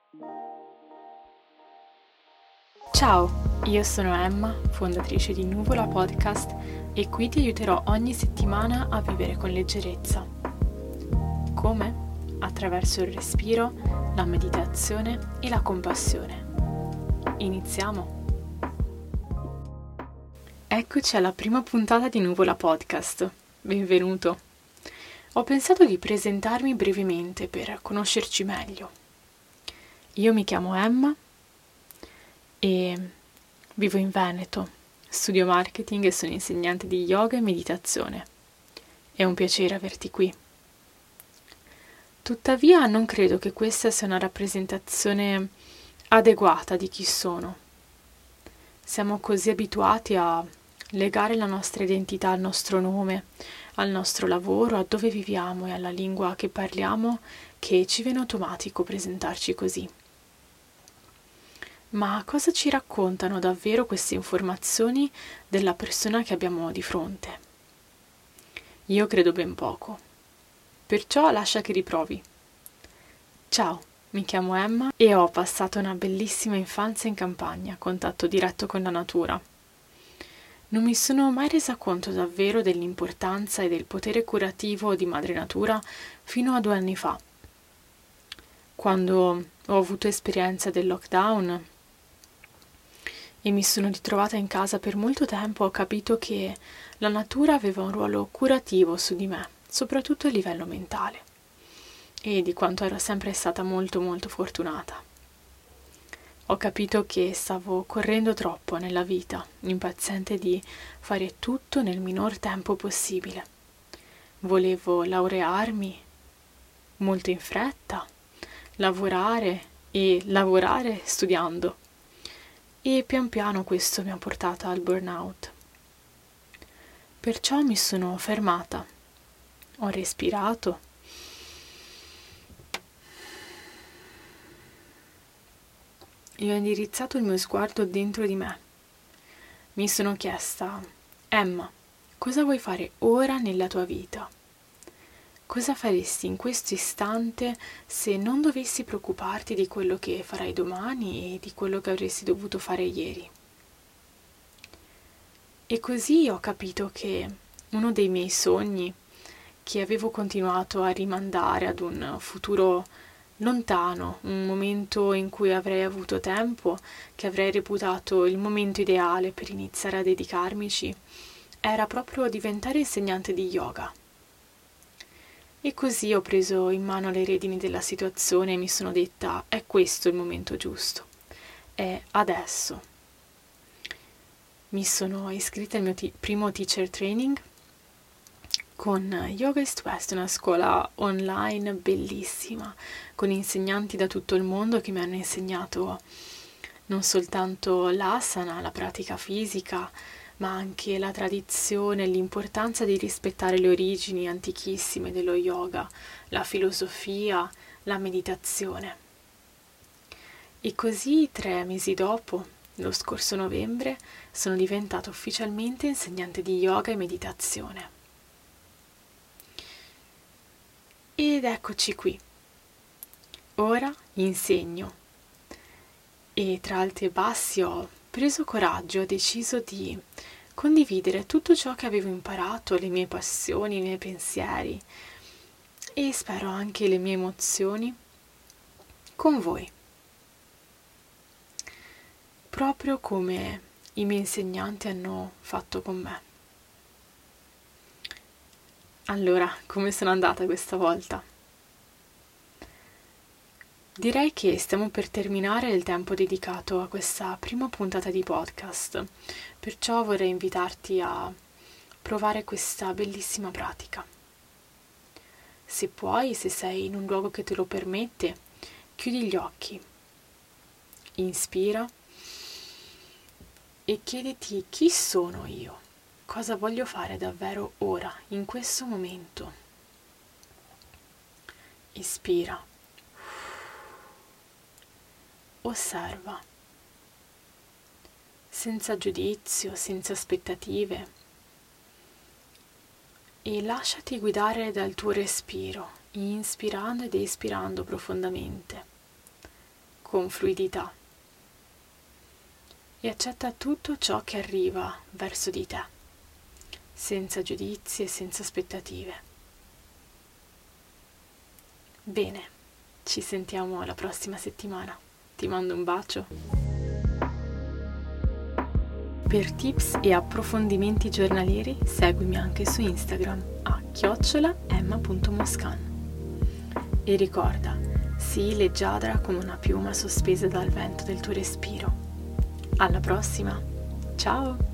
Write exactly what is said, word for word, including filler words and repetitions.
Ciao, io sono Emma, fondatrice di Nuvola Podcast e qui ti aiuterò ogni settimana a vivere con leggerezza. Come? Attraverso il respiro, la meditazione e la compassione. Iniziamo! Eccoci alla prima puntata di Nuvola Podcast. Benvenuto! Ho pensato di presentarmi brevemente per conoscerci meglio. Io mi chiamo Emma e vivo in Veneto, studio marketing e sono insegnante di yoga e meditazione. È un piacere averti qui. Tuttavia non credo che questa sia una rappresentazione adeguata di chi sono. Siamo così abituati a legare la nostra identità al nostro nome, al nostro lavoro, a dove viviamo e alla lingua che parliamo, che ci viene automatico presentarci così. Ma cosa ci raccontano davvero queste informazioni della persona che abbiamo di fronte? Io credo ben poco. Perciò lascia che riprovi. Ciao, mi chiamo Emma e ho passato una bellissima infanzia in campagna, a contatto diretto con la natura. Non mi sono mai resa conto davvero dell'importanza e del potere curativo di Madre Natura fino a due anni fa. Quando ho avuto esperienza del lockdown e mi sono ritrovata in casa per molto tempo, ho capito che la natura aveva un ruolo curativo su di me, soprattutto a livello mentale, e di quanto ero sempre stata molto molto fortunata. Ho capito che stavo correndo troppo nella vita, impaziente di fare tutto nel minor tempo possibile. Volevo laurearmi molto in fretta, lavorare e lavorare studiando. E pian piano questo mi ha portata al burnout. Perciò mi sono fermata, ho respirato e ho indirizzato il mio sguardo dentro di me. Mi sono chiesta: Emma, cosa vuoi fare ora nella tua vita? Cosa faresti in questo istante se non dovessi preoccuparti di quello che farai domani e di quello che avresti dovuto fare ieri? E così ho capito che uno dei miei sogni, che avevo continuato a rimandare ad un futuro lontano, un momento in cui avrei avuto tempo, che avrei reputato il momento ideale per iniziare a dedicarmici, era proprio diventare insegnante di yoga. E così ho preso in mano le redini della situazione e mi sono detta: è questo il momento giusto, è adesso. Mi sono iscritta al mio t- primo teacher training con Yoga East West, una scuola online bellissima, con insegnanti da tutto il mondo che mi hanno insegnato non soltanto l'asana, la pratica fisica, ma anche la tradizione, l'importanza di rispettare le origini antichissime dello yoga, la filosofia, la meditazione. E così tre mesi dopo, lo scorso novembre, sono diventata ufficialmente insegnante di yoga e meditazione. Ed eccoci qui. Ora insegno. E tra alti e bassi ho preso coraggio, ho deciso di condividere tutto ciò che avevo imparato, le mie passioni, i miei pensieri e spero anche le mie emozioni con voi. Proprio come i miei insegnanti hanno fatto con me. Allora, come sono andata questa volta? Direi che stiamo per terminare il tempo dedicato a questa prima puntata di podcast, perciò vorrei invitarti a provare questa bellissima pratica. Se puoi, se sei in un luogo che te lo permette, chiudi gli occhi, inspira e chiediti: chi sono io? Cosa voglio fare davvero ora, in questo momento? Espira. Osserva, senza giudizio, senza aspettative, e lasciati guidare dal tuo respiro, inspirando ed espirando profondamente, con fluidità e accetta tutto ciò che arriva verso di te, senza giudizi e senza aspettative. Bene, ci sentiamo la prossima settimana. Ti mando un bacio. Per tips e approfondimenti giornalieri seguimi anche su Instagram a chiocciola emma punto moscan. E ricorda, sii leggiadra come una piuma sospesa dal vento del tuo respiro. Alla prossima! Ciao!